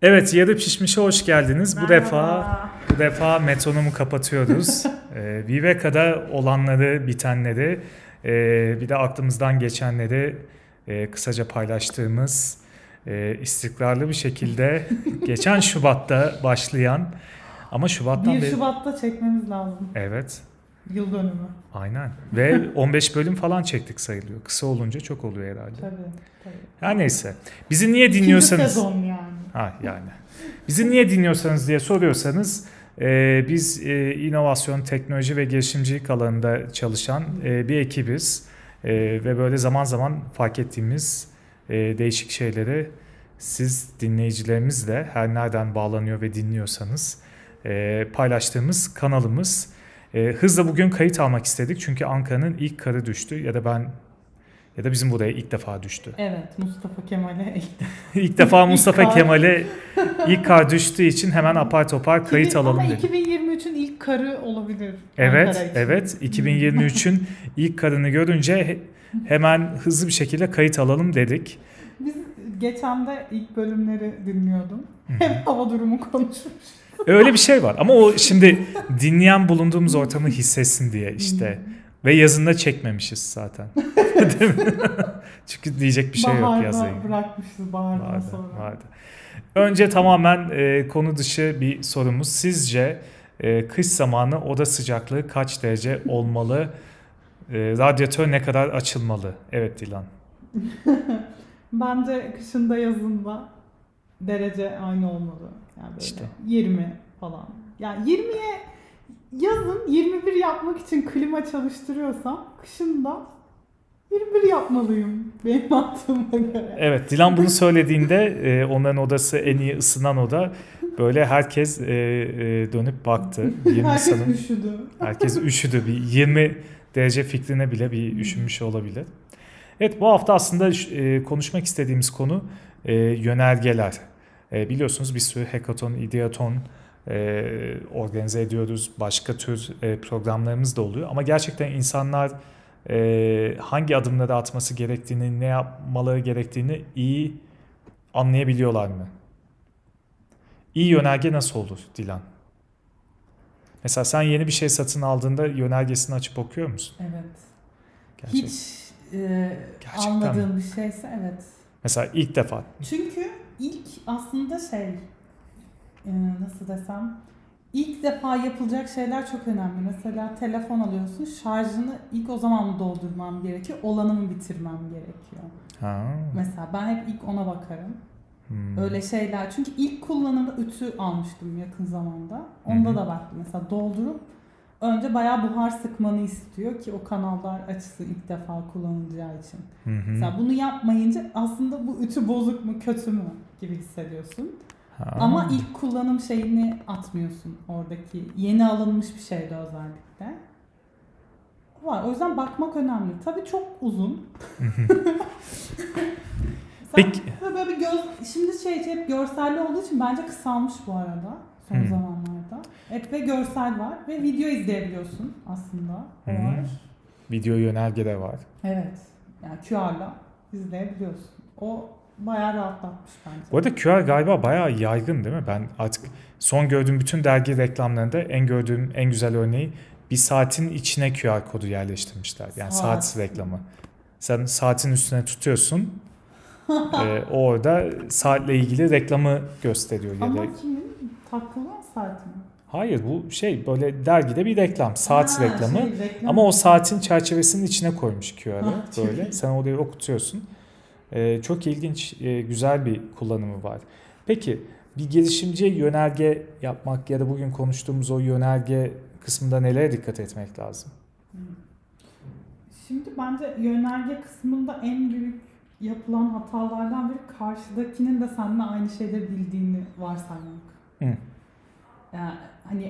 Evet, yarı pişmişe hoş geldiniz. Merhaba. Bu defa metronomu kapatıyoruz. Viveka'da olanları, bitenleri, bir de aklımızdan geçenleri kısaca paylaştığımız istikrarlı bir şekilde geçen Şubat'ta başlayan ama Şubat'tan 1 beri... Şubat'ta çekmemiz lazım. Evet, Yıl dönümü. aynen. Ve 15 bölüm falan çektik sayılıyor. Kısa olunca çok oluyor herhalde. Tabii. Her neyse. Bizi niye İkinci dinliyorsanız... sezon yani. Yani. Bizi niye dinliyorsanız diye soruyorsanız biz inovasyon, teknoloji ve girişimcilik alanında çalışan bir ekibiz. Ve böyle zaman zaman fark ettiğimiz değişik şeyleri siz dinleyicilerimizle her nereden bağlanıyor ve dinliyorsanız paylaştığımız kanalımız. Hızla bugün kayıt almak istedik çünkü Ankara'nın ilk karı düştü ya da bizim buraya ilk defa düştü. Evet, Mustafa Kemal'e İlk defa Mustafa kar. Kemal'e ilk kar düştüğü için hemen apar topar kayıt alalım ama dedik. 2023'ün ilk karı olabilir. Evet. 2023'ün ilk karını görünce hemen hızlı bir şekilde kayıt alalım dedik. Biz geçen de ilk bölümleri dinliyordum. Hep hava durumu konuşmuş. Öyle bir şey var ama o şimdi dinleyen bulunduğumuz ortamı hissetsin diye işte. Ve yazında çekmemişiz zaten. Değil mi? Çünkü diyecek bir şey yok yazayım. Baharda bırakmışız bahardan sonra. Vardı. Önce tamamen konu dışı bir sorumuz. Sizce kış zamanı oda sıcaklığı kaç derece olmalı? Radyatör ne kadar açılmalı? Evet Dilan. Bence kışında yazında derece aynı olmalı. Yani böyle İşte. 20 falan. Yani 20'ye yazın 21 yapmak için klima çalıştırıyorsam kışın da 21 yapmalıyım benim mantığıma göre. Evet, Dilan bunu söylediğinde onların odası en iyi ısınan oda. Böyle herkes dönüp baktı. Herkes üşüdü. Bir 20 derece fikrine bile bir üşünmüş olabilir. Evet, bu hafta aslında konuşmak istediğimiz konu yönergeler. Biliyorsunuz bir sürü hackathon, ideaton organize ediyoruz. Başka tür programlarımız da oluyor. Ama gerçekten insanlar hangi adımları atması gerektiğini, ne yapmaları gerektiğini iyi anlayabiliyorlar mı? İyi yönerge nasıl olur Dilan? Mesela sen yeni bir şey satın aldığında yönergesini açıp okuyor musun? Evet. Gerçekten. Hiç mi? anladığım bir şeyse evet. Mesela ilk defa. Çünkü ilk aslında nasıl desem, ilk defa yapılacak şeyler çok önemli. Mesela telefon alıyorsun, şarjını ilk o zaman mı doldurmam gerekiyor, olanı mı bitirmem gerekiyor? Ha. Mesela ben hep ilk ona bakarım. Öyle şeyler. Çünkü ilk kullanımda ütü almıştım yakın zamanda. Onda da baktım. Mesela doldurup önce bayağı buhar sıkmanı istiyor ki o kanallar açılsın ilk defa kullanılacağı için. Mesela bunu yapmayınca aslında bu ütü bozuk mu kötü mü gibi hissediyorsun. Ama ilk kullanım şeyini atmıyorsun oradaki. Yeni alınmış bir şeyde özellikle. Var. O yüzden bakmak önemli. Tabii çok uzun. Peki. Böyle bir şimdi hep görselli olduğu için bence kısalmış bu arada son zamanlarda. Hep ve görsel var ve video izleyebiliyorsun aslında. Var. Video yönerge de var. Evet. Yani QR'la izleyebiliyorsun. O bayağı rahatlatmış bence. Bu arada QR galiba bayağı yaygın değil mi? Ben artık son gördüğüm bütün dergi reklamlarında en güzel örneği bir saatin içine QR kodu yerleştirmişler. Yani saat reklamı. Sen saatin üstüne tutuyorsun. Orada saatle ilgili reklamı gösteriyor. Ama kimin? Takılı saati mi? Hayır, bu böyle dergide bir reklam. Saat reklamı. Reklam. Ama o saatin çerçevesinin içine koymuş QR'ı. Böyle. Sen orayı okutuyorsun. Çok ilginç, güzel bir kullanımı var. Peki bir girişimciye yönerge yapmak ya da bugün konuştuğumuz o yönerge kısmında nelere dikkat etmek lazım? Şimdi bence yönerge kısmında en büyük yapılan hatalardan biri karşıdakinin de seninle aynı şeyleri bildiğini varsaymak. Yani hani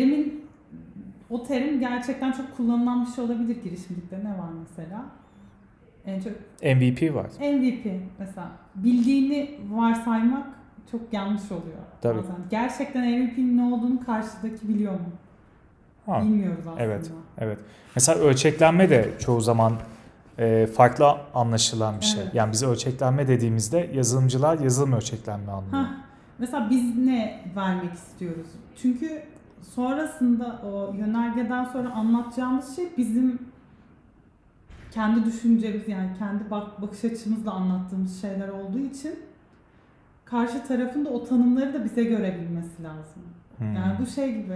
o terim gerçekten çok kullanılan bir şey olabilir girişimcilikte. Ne var mesela? En çok MVP var. MVP mesela. Bildiğini varsaymak çok yanlış oluyor. Tabii. Bazen. Gerçekten MVP'nin ne olduğunu karşıdaki biliyor mu? Bilmiyoruz aslında. Evet. Mesela ölçeklenme de çoğu zaman farklı anlaşılan bir şey. Yani biz ölçeklenme dediğimizde yazılımcılar yazılım ölçeklenme anlıyor. mesela biz ne vermek istiyoruz? Çünkü sonrasında o yönergeden sonra anlatacağımız şey bizim kendi düşüncemiz, yani kendi bakış açımızla anlattığımız şeyler olduğu için karşı tarafın da o tanımları da bize göre bilmesi lazım. Yani bu şey gibi,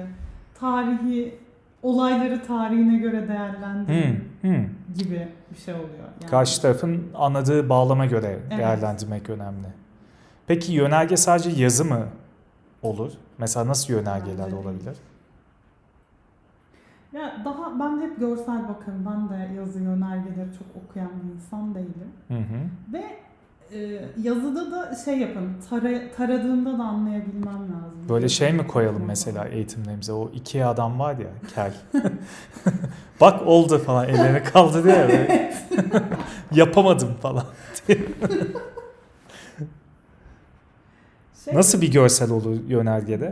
olayları tarihine göre değerlendirme gibi bir şey oluyor. Yani. Karşı tarafın anladığı bağlama göre değerlendirmek önemli. Peki yönerge sadece yazı mı olur? Mesela nasıl yönergeler olabilir? Ya ben hep görsel bakarım. Ben de yazı yönergeleri çok okuyan bir insan değilim. Ve yazıda da şey yaparım. Taradığımda da anlayabilmem lazım. Böyle şey mi koyalım mesela eğitimlerimize? O iki adam var ya, kel. Bak oldu falan, ellerini kaldırdı ya. Evet. Yapamadım falan diye. Nasıl bir görsel olur yönergede?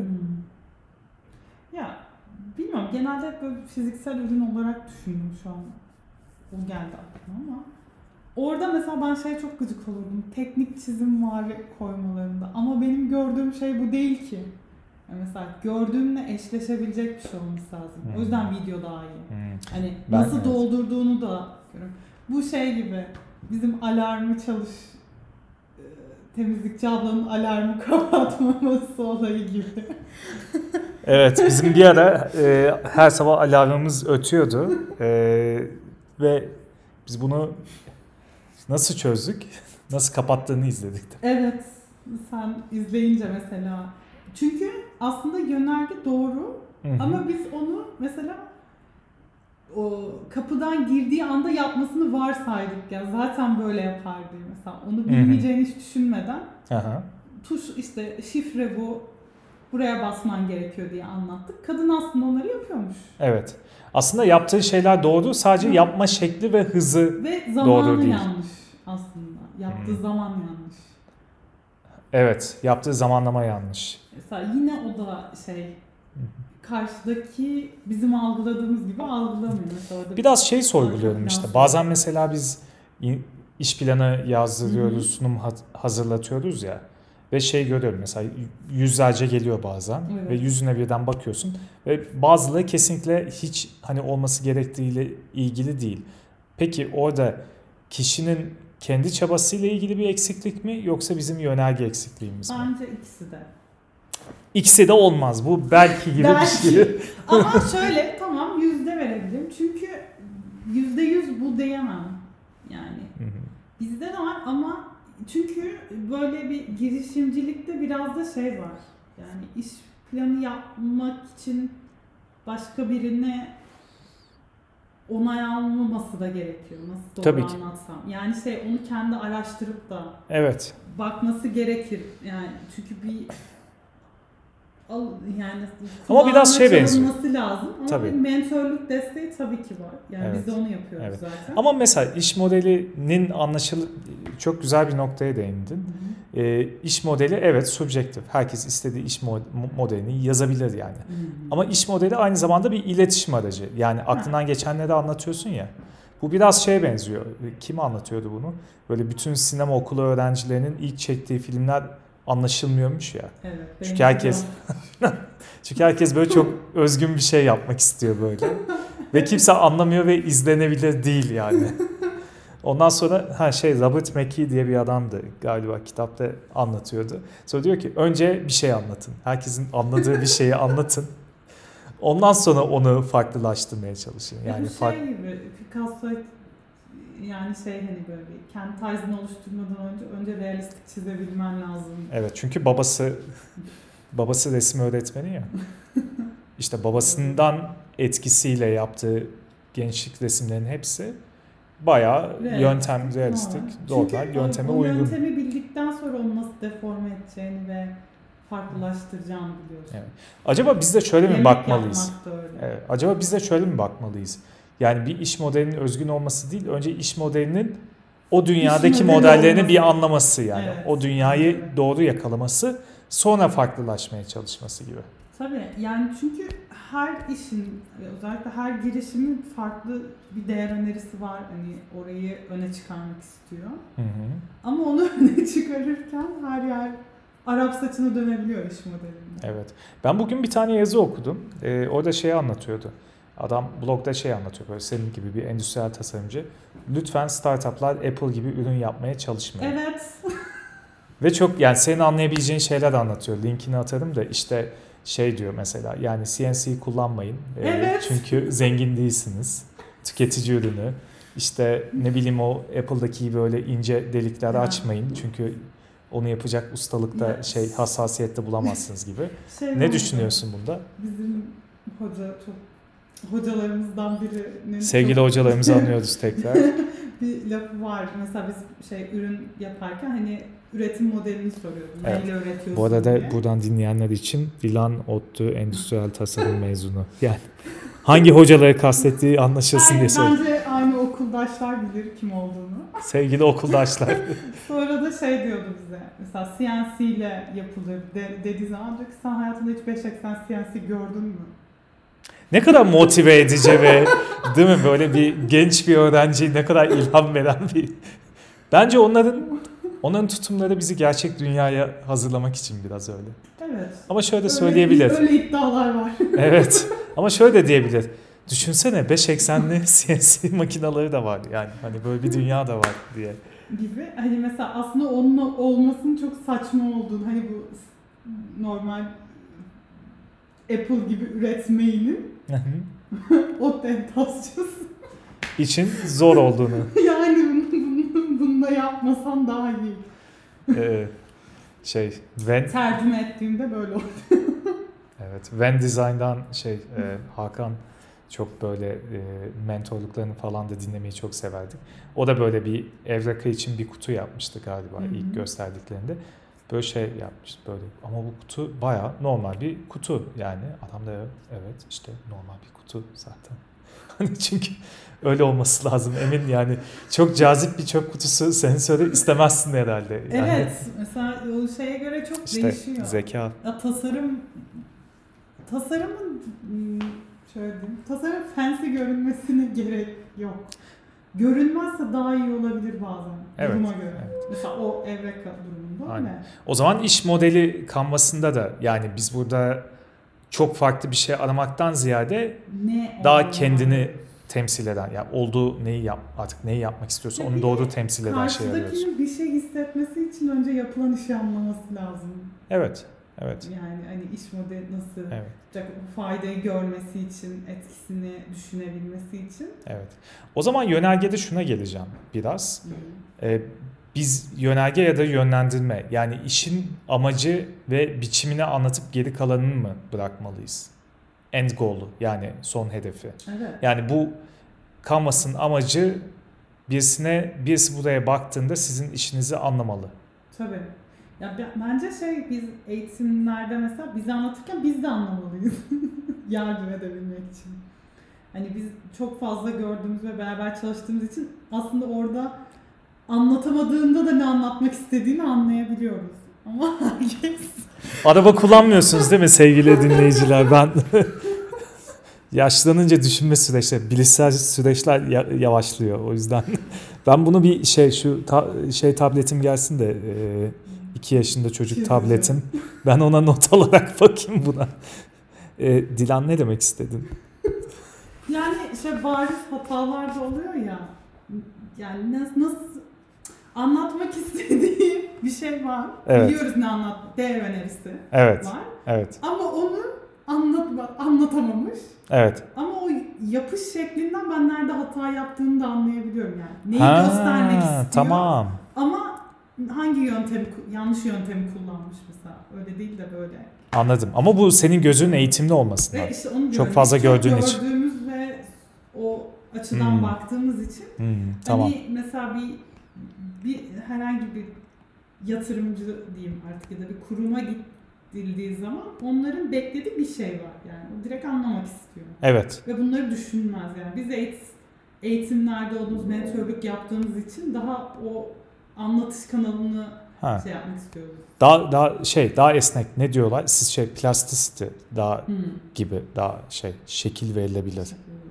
Ya bilmiyorum. Genelde hep böyle fiziksel ürün olarak düşündüm şu an. O geldi aklıma ama. Orada mesela ben çok gıcık olurdum. Teknik çizim var koymalarında. Ama benim gördüğüm şey bu değil ki. Yani mesela gördüğümle eşleşebilecek bir şey olması lazım. O yüzden video daha iyi. Hani nasıl doldurduğunu da görüyorum. Bu şey gibi. Bizim alarmı temizlikçi ablanın alarmı kapatmaması olayı gibi. Evet, bizim bir ara her sabah alarmımız ötüyordu. Ve biz bunu nasıl çözdük? Nasıl kapattığını izledik. Evet, sen izleyince mesela. Çünkü aslında yönerge doğru. Ama biz onu mesela o kapıdan girdiği anda yapmasını varsaydık ya. Zaten böyle yapar diye mesela. Onu bilmeyeceğini hiç düşünmeden. Tuş işte şifre bu. Buraya basman gerekiyor diye anlattık. Kadın aslında onları yapıyormuş. Evet. Aslında yaptığı şeyler doğru. Sadece yapma şekli ve hızı ve doğru değil. yanlış aslında. Yaptığı zaman yanlış. Evet. Yaptığı zamanlama yanlış. Mesela yine o da karşıdaki bizim algıladığımız gibi algılamıyor. Mesela biraz sorguluyorum işte. Bazen mesela biz iş planı yazdırıyoruz, sunum hazırlatıyoruz ya. Ve görüyorum mesela yüzlerce geliyor bazen ve yüzüne birden bakıyorsun ve bazıları kesinlikle hiç olması gerektiğiyle ilgili değil. Peki orada kişinin kendi çabasıyla ilgili bir eksiklik mi yoksa bizim yönerge eksikliğimiz mi? Bence ikisi de. İkisi de olmaz. Bu belki gibi bir şey. Ama tamam yüzde verebilirim. Çünkü %100 bu diyemem. Yani bizde de var ama çünkü böyle bir girişimcilikte biraz da var. Yani iş planı yapmak için başka birine onay almaması da gerekiyor. Nasıl doğru anlatsam. Yani onu kendi araştırıp da bakması gerekir. Yani çünkü ama biraz benziyor. lazım. Ama bir mentörlük desteği tabii ki var. Yani biz de onu yapıyoruz zaten. Ama mesela iş modelinin çok güzel bir noktaya değindin. İş modeli subjektif. Herkes istediği iş modelini yazabilir yani. Ama iş modeli aynı zamanda bir iletişim aracı. Yani aklından geçenleri anlatıyorsun ya. Bu biraz benziyor. Kim anlatıyordu bunu? Böyle bütün sinema okulu öğrencilerinin ilk çektiği filmler anlaşılmıyormuş ya. Evet, çünkü herkes böyle çok özgün bir şey yapmak istiyor böyle. Ve kimse anlamıyor ve izlenebilir değil yani. Ondan sonra Robert McKee diye bir adamdı galiba, kitapta anlatıyordu. Sonra diyor ki önce bir şey anlatın. Herkesin anladığı bir şeyi anlatın. Ondan sonra onu farklılaştırmaya çalışın. Yani gibi Picasso böyle kendi tarzını oluşturmadan önce realistik çizebilmen lazım. Evet, çünkü babası resim öğretmeni ya. İşte babasından etkisiyle yaptığı gençlik resimlerinin hepsi bayağı realistik, doğrular yönteme uygun. Çünkü yöntemi bildikten sonra onu nasıl deforme edeceğini ve farklılaştıracağını biliyorsun. Evet. Acaba biz de şöyle mi bakmalıyız? Evet. Acaba biz de şöyle mi bakmalıyız? Yani bir iş modelinin özgün olması değil, önce iş modelinin o dünyadaki modellerini bir anlaması yani. Evet. O dünyayı doğru yakalaması, sonra farklılaşmaya çalışması gibi. Tabii yani çünkü her işin, özellikle her girişimin farklı bir değer önerisi var. Orayı öne çıkarmak istiyor. Ama onu öne çıkarırken her yer Arap saçını dönebiliyor iş modelinde. Evet. Ben bugün bir tane yazı okudum. Orada şeyi anlatıyordu. Adam blogda şey anlatıyor, böyle senin gibi bir endüstriyel tasarımcı. Lütfen startuplar Apple gibi ürün yapmaya çalışmayın. Evet. Ve çok, yani senin anlayabileceğin şeyler anlatıyor. Linkini atarım da işte şey diyor mesela, yani CNC kullanmayın. Evet. Çünkü zengin değilsiniz. Tüketici ürünü. İşte ne bileyim, o Apple'daki böyle ince delikleri açmayın. Çünkü onu yapacak ustalıkta hassasiyette bulamazsınız gibi. Ne düşünüyorsun bunda? Bizim hocalarımızdan birinin sevgili hocalarımızı anlıyoruz tekrar. bir lafı var. Mesela biz ürün yaparken hani üretim modelini soruyordum. Evet. Neyle üretiyorsun Bu arada diye. buradan dinleyenler için Dilan ODTÜ Endüstriyel Tasarım mezunu. Yani hangi hocaları kastettiği anlaşılsın diye söylüyorum. Bence aynı okuldaşlar bilir kim olduğunu. Sevgili okuldaşlar. Sonra da diyordu bize. Mesela CNC ile yapılır dediği zaman diyor ki sen hayatında hiç 580 CNC gördün mü? Ne kadar motive edici ve değil mi, böyle bir genç bir öğrenciyi ne kadar ilham veren bir. Bence onların tutumları bizi gerçek dünyaya hazırlamak için biraz öyle. Evet. Ama şöyle söyleyebilir. Öyle iddialar var. Evet. Ama şöyle de diyebilir. Düşünsene 5.80'li CNC makinaları da var. Yani hani böyle bir dünya da var diye. Gibi. Hani mesela aslında onun olmasının çok saçma olduğunu, hani bu normal Apple gibi üretmeyenin o tentasyosu. için zor olduğunu. Yani bunu da yapmasan daha iyi. Tercüme ettiğimde böyle oldu. Evet. Van Design'dan Hakan çok böyle mentorluklarını falan da dinlemeyi çok severdik. O da böyle bir Evreka için bir kutu yapmıştı galiba ilk gösterdiklerinde. Böyle şey yapmıştı böyle, ama bu kutu bayağı normal bir kutu yani. Adam da evet işte normal bir kutu zaten. Çünkü öyle olması lazım, emin yani. Çok cazip bir çöp kutusu sensörü istemezsin herhalde. Yani, evet. Mesela o şeye göre çok işte değişiyor. Zeka. Ya tasarımın şöyle diyeyim. Tasarım fancy görünmesine gerek yok. Görünmezse daha iyi olabilir bazen. Duruma göre. Evet. Mesela o Evreka durumunda öyle. O zaman iş modeli kanvasında da yani biz burada çok farklı bir şey aramaktan ziyade daha kendini temsil eden, yani olduğu artık neyi yapmak istiyorsa onu doğru temsil eden şey arıyoruz. Karşıdakinin bir şey hissetmesi için önce yapılan işi anlaması lazım. Evet. Evet. Yani hani iş modeli nasıl faydayı görmesi için, etkisini düşünebilmesi için. Evet. O zaman yönergede şuna geleceğim biraz. Biz yönerge ya da yönlendirme, yani işin amacı ve biçimini anlatıp geri kalanını mı bırakmalıyız? End goal'u, yani son hedefi. Evet. Yani bu Canvas'ın amacı birisi buraya baktığında sizin işinizi anlamalı. Tabii. Ya bence biz eğitimlerde mesela bizi anlatırken biz de anlamalıyız. Yardım edebilmek için. Hani biz çok fazla gördüğümüz ve beraber çalıştığımız için aslında orada anlatamadığında da ne anlatmak istediğini anlayabiliyoruz. Ama herkes... Araba kullanmıyorsunuz değil mi sevgili dinleyiciler? Ben yaşlanınca düşünme süreçleri, bilişsel süreçler yavaşlıyor. O yüzden ben bunu bir tabletim gelsin de 2 yaşında çocuk tabletim. Ben ona not alarak bakayım buna. Dilan, ne demek istedin? Yani bariz hatalar da oluyor ya. Yani nasıl anlatmak istediğim bir şey var. Evet. Biliyoruz ne değer önerisi var. Evet. Ama onu anlatamamış. Evet. Ama o yapış şeklinden ben nerede hata yaptığını da anlayabiliyorum yani. Neyi göstermek istiyor. Tamam. Ama hangi yanlış yöntemi kullanmış mesela. Öyle değil de böyle. Anladım. Ama bu senin gözünün eğitimli olması lazım. İşte onu çok fazla gördüğün için. Gördüğümüz ve o açıdan baktığımız için. Tamam. Hani mesela bir herhangi bir yatırımcı diyeyim artık ya da bir kuruma gidildiği zaman onların beklediği bir şey var yani. O direkt anlamak istiyor. Evet. Ve bunları düşünmez yani. Biz eğitimlerde olduğumuz, mentörlük yaptığımız için daha o anlatış kanalını yapmak istiyoruz. Daha esnek, ne diyorlar? Siz plasticity daha gibi, daha şekil verilebilir.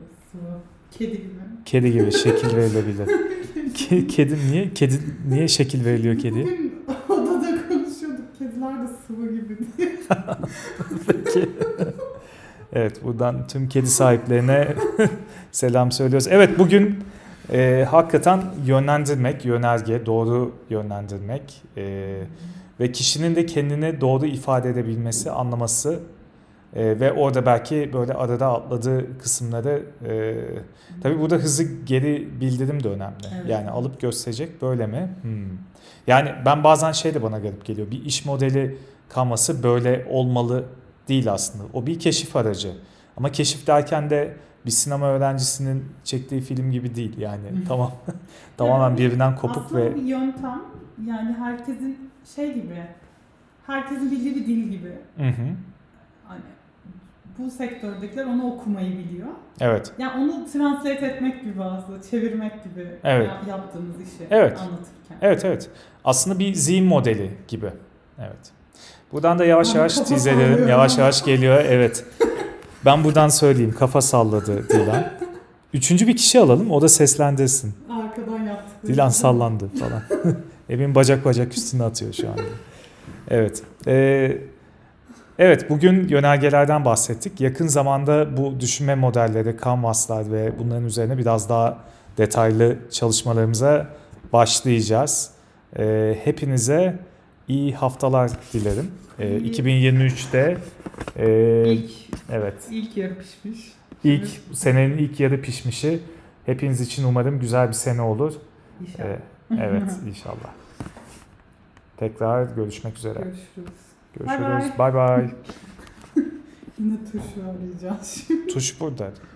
Kedi gibi şekil verilebilir. Kedi niye şekil veriliyor kediye? Bugün odada konuşuyorduk. Kediler de sıvı gibi. Peki. Evet, buradan tüm kedi sahiplerine selam söylüyoruz. Evet, bugün hakikaten yönlendirmek, yönerge, doğru yönlendirmek ve kişinin de kendini doğru ifade edebilmesi, anlaması ve orada belki böyle arada atladığı kısımları tabii burada hızlı geri bildirim de önemli. Evet. Yani alıp gösterecek böyle mi? Yani ben bazen şey de bana garip geliyor. Bir iş modeli kalması böyle olmalı değil aslında. O bir keşif aracı. Ama keşif derken de bir sinema öğrencisinin çektiği film gibi değil. Yani tamam tamamen birbirinden kopuk aslında ve... Aslında bir yöntem. Yani herkesin herkesin bildiği bir dil gibi. Hani bu sektördekiler onu okumayı biliyor. Evet. Yani onu translate etmek gibi aslında, çevirmek gibi yaptığımız işi anlatırken. Evet. Aslında bir zihin modeli gibi. Evet. Buradan da yavaş yavaş tease edelim. Yavaş yavaş geliyor. Evet. Ben buradan söyleyeyim. Kafa salladı Dilan. Üçüncü bir kişi alalım. O da seslendirsin. Arkadan yaptık. Dilan sallandı falan. Evin bacak üstüne atıyor şu anda. Evet. Evet, bugün yönergelerden bahsettik. Yakın zamanda bu düşünme modelleri, kanvaslar ve bunların üzerine biraz daha detaylı çalışmalarımıza başlayacağız. Hepinize iyi haftalar dilerim. 2023'te ilk yarı pişmiş. Senenin ilk yarı pişmişi. Hepiniz için umarım güzel bir sene olur. İnşallah. Evet, inşallah. Tekrar görüşmek üzere. Görüşürüz. Bye bye. Yine tuşu arayacağız şimdi. Tuş burada.